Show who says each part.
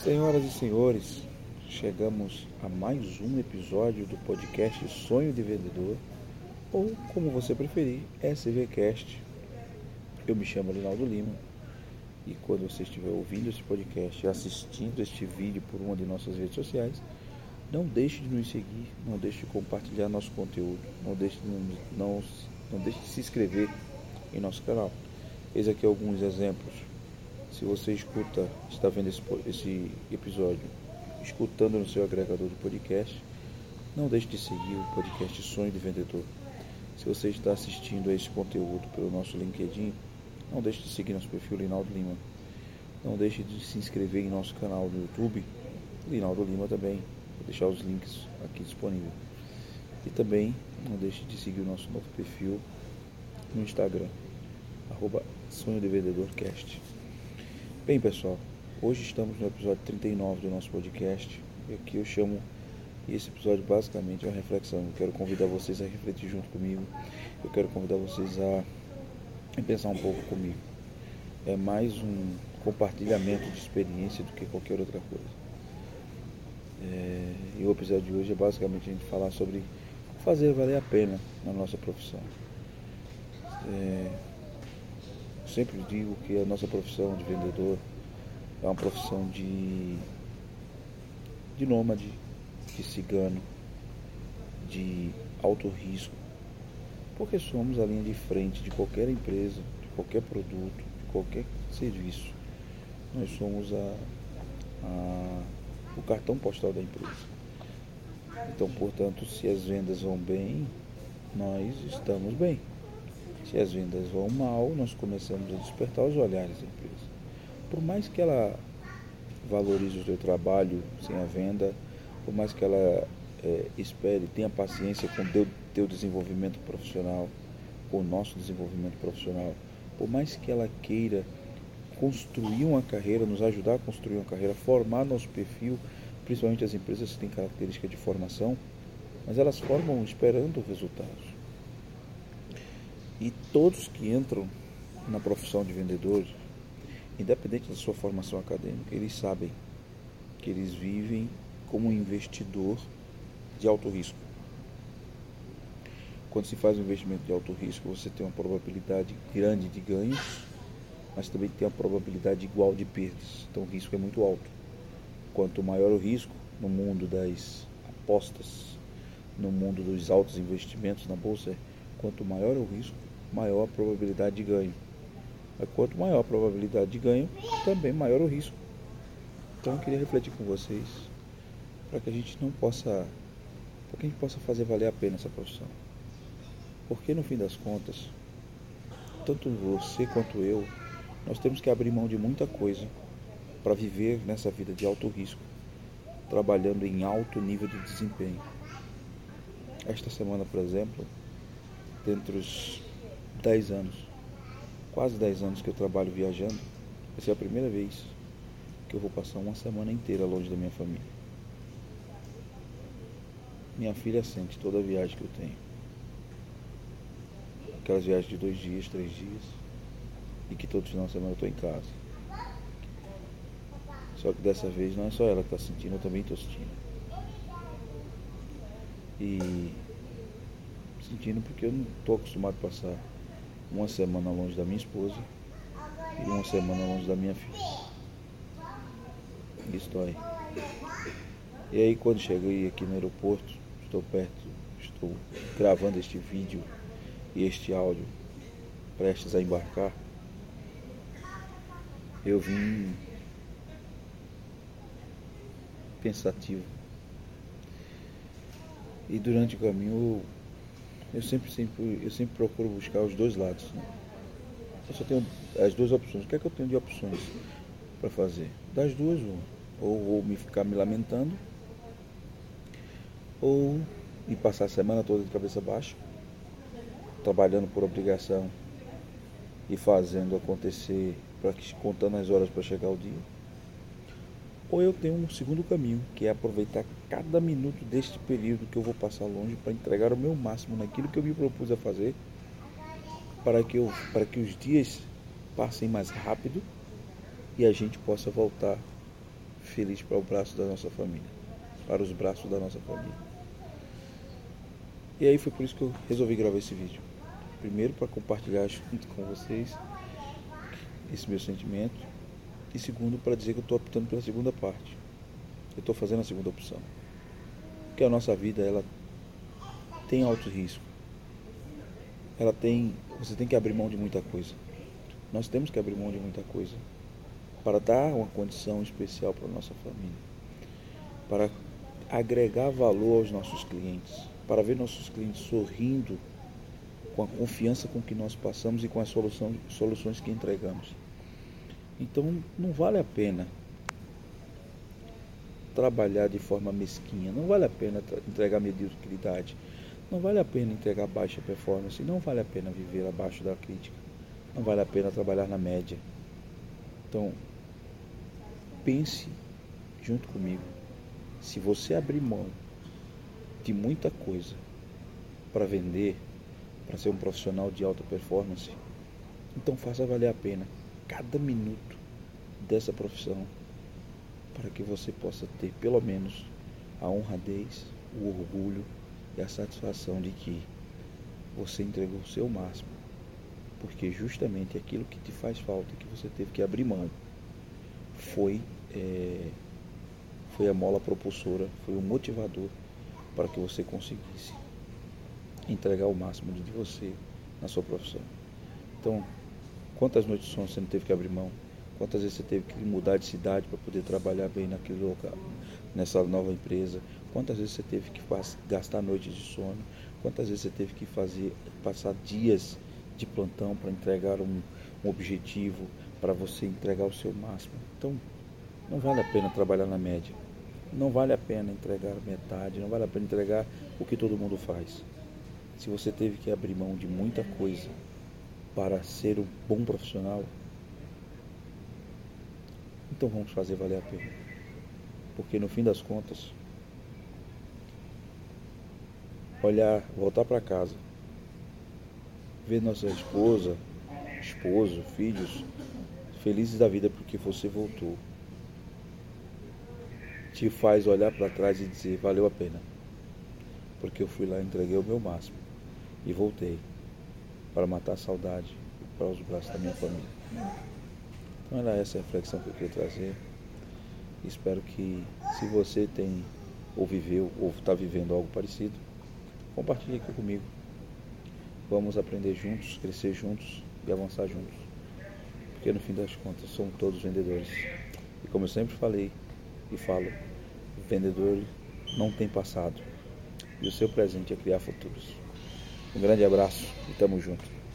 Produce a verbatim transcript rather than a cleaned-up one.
Speaker 1: Senhoras e senhores, chegamos a mais um episódio do podcast Sonho de Vendedor, ou como você preferir, S V Cast. Eu me chamo Linaldo Lima e quando você estiver ouvindo esse podcast e assistindo este vídeo por uma de nossas redes sociais, não deixe de nos seguir, não deixe de compartilhar nosso conteúdo, não deixe de, não, não deixe de se inscrever em nosso canal. Eis aqui alguns exemplos. Se você escuta, está vendo esse, esse episódio, escutando no seu agregador de podcast, não deixe de seguir o podcast Sonho de Vendedor. Se você está assistindo a esse conteúdo pelo nosso LinkedIn, não deixe de seguir nosso perfil Linaldo Lima. Não deixe de se inscrever em nosso canal no YouTube, Linaldo Lima também. Vou deixar os links aqui disponíveis. E também não deixe de seguir o nosso novo perfil no Instagram, arroba Sonho de Vendedor Cast. Bem, pessoal, hoje estamos no episódio trinta e nove do nosso podcast e aqui eu chamo, esse episódio basicamente é uma reflexão. Eu quero convidar vocês a refletir junto comigo, eu quero convidar vocês a, a pensar um pouco comigo. É mais um compartilhamento de experiência do que qualquer outra coisa. É, e o episódio de hoje é basicamente a gente falar sobre fazer valer a pena na nossa profissão. É, sempre digo que a nossa profissão de vendedor é uma profissão de, de nômade, de cigano, de alto risco, porque somos a linha de frente de qualquer empresa, de qualquer produto, de qualquer serviço. Nós somos a, a, o cartão postal da empresa. Então, portanto, se as vendas vão bem, nós estamos bem. Se as vendas vão mal, nós começamos a despertar os olhares da empresa. Por mais que ela valorize o seu trabalho sem a venda, por mais que ela é, espere, tenha paciência com o teu desenvolvimento profissional, com o nosso desenvolvimento profissional, por mais que ela queira construir uma carreira, nos ajudar a construir uma carreira, formar nosso perfil, principalmente as empresas que têm característica de formação, mas elas formam esperando resultados. E todos que entram na profissão de vendedor, independente da sua formação acadêmica, eles sabem que eles vivem como um investidor de alto risco. Quando se faz um investimento de alto risco, você tem uma probabilidade grande de ganhos, mas também tem uma probabilidade igual de perdas. Então o risco é muito alto. Quanto maior o risco no mundo das apostas, no mundo dos altos investimentos na bolsa, quanto maior o risco, maior a probabilidade de ganho. Mas quanto maior a probabilidade de ganho, também maior o risco. Então eu queria refletir com vocês para que a gente não possa, para que a gente possa fazer valer a pena essa profissão. Porque no fim das contas, tanto você quanto eu, nós temos que abrir mão de muita coisa para viver nessa vida de alto risco, trabalhando em alto nível de desempenho. Esta semana, por exemplo, dentre os dez anos, quase dez anos que eu trabalho viajando, essa é a primeira vez que eu vou passar uma semana inteira longe da minha família. Minha filha sente toda a viagem que eu tenho. Aquelas viagens de dois dias, três dias, e que todo final de semana eu estou em casa. Só que dessa vez não é só ela que está sentindo, eu também estou sentindo. E sentindo porque eu não estou acostumado a passar uma semana longe da minha esposa e uma semana longe da minha filha. Isso dói. E aí quando cheguei aqui no aeroporto, estou perto, estou gravando este vídeo e este áudio prestes a embarcar, eu vim pensativo. E durante o caminho eu sempre, sempre, eu sempre procuro buscar os dois lados, né? Eu só tenho as duas opções. O que é que eu tenho de opções para fazer? Das duas, uma. Ou vou me ficar me lamentando, ou me passar a semana toda de cabeça baixa, trabalhando por obrigação e fazendo acontecer, pra, contando as horas para chegar o dia. Ou eu tenho um segundo caminho, que é aproveitar cada minuto deste período que eu vou passar longe para entregar o meu máximo naquilo que eu me propus a fazer, para que, eu, para que os dias passem mais rápido e a gente possa voltar feliz para o braço da nossa família, para os braços da nossa família. E aí foi por isso que eu resolvi gravar esse vídeo. Primeiro, para compartilhar junto com vocês esse meu sentimento, e segundo, para dizer que eu estou optando pela segunda parte. Eu estou fazendo a segunda opção. Porque a nossa vida, ela tem alto risco. Ela tem, você tem que abrir mão de muita coisa. Nós temos que abrir mão de muita coisa para dar uma condição especial para a nossa família, para agregar valor aos nossos clientes, para ver nossos clientes sorrindo com a confiança com que nós passamos e com as soluções, soluções que entregamos. Então, não vale a pena trabalhar de forma mesquinha, não vale a pena entregar mediocridade, não vale a pena entregar baixa performance, não vale a pena viver abaixo da crítica, não vale a pena trabalhar na média. Então, pense junto comigo, se você abrir mão de muita coisa para vender, para ser um profissional de alta performance, então faça valer a pena cada minuto dessa profissão, para que você possa ter pelo menos a honradez, o orgulho e a satisfação de que você entregou o seu máximo, porque justamente aquilo que te faz falta, que você teve que abrir mão, foi, é, foi a mola propulsora, foi o motivador para que você conseguisse entregar o máximo de você na sua profissão. Então, quantas noites de sono você não teve que abrir mão? Quantas vezes você teve que mudar de cidade para poder trabalhar bem naquele local, nessa nova empresa? Quantas vezes você teve que gastar noites de sono? Quantas vezes você teve que fazer, passar dias de plantão para entregar um, um objetivo, para você entregar o seu máximo? Então, não vale a pena trabalhar na média. Não vale a pena entregar metade, não vale a pena entregar o que todo mundo faz. Se você teve que abrir mão de muita coisa para ser um bom profissional, então vamos fazer valer a pena. Porque no fim das contas, olhar, voltar para casa, ver nossa esposa, esposo, filhos felizes da vida porque você voltou, te faz olhar para trás e dizer, valeu a pena, porque eu fui lá e entreguei o meu máximo e voltei para matar a saudade e para os braços da minha família. Então era essa a reflexão que eu queria trazer. Espero que, se você tem ou viveu ou está vivendo algo parecido, compartilhe aqui comigo. Vamos aprender juntos, crescer juntos e avançar juntos, porque no fim das contas somos todos vendedores. E como eu sempre falei e falo, vendedor não tem passado, e o seu presente é criar futuros. Um grande abraço e tamo junto.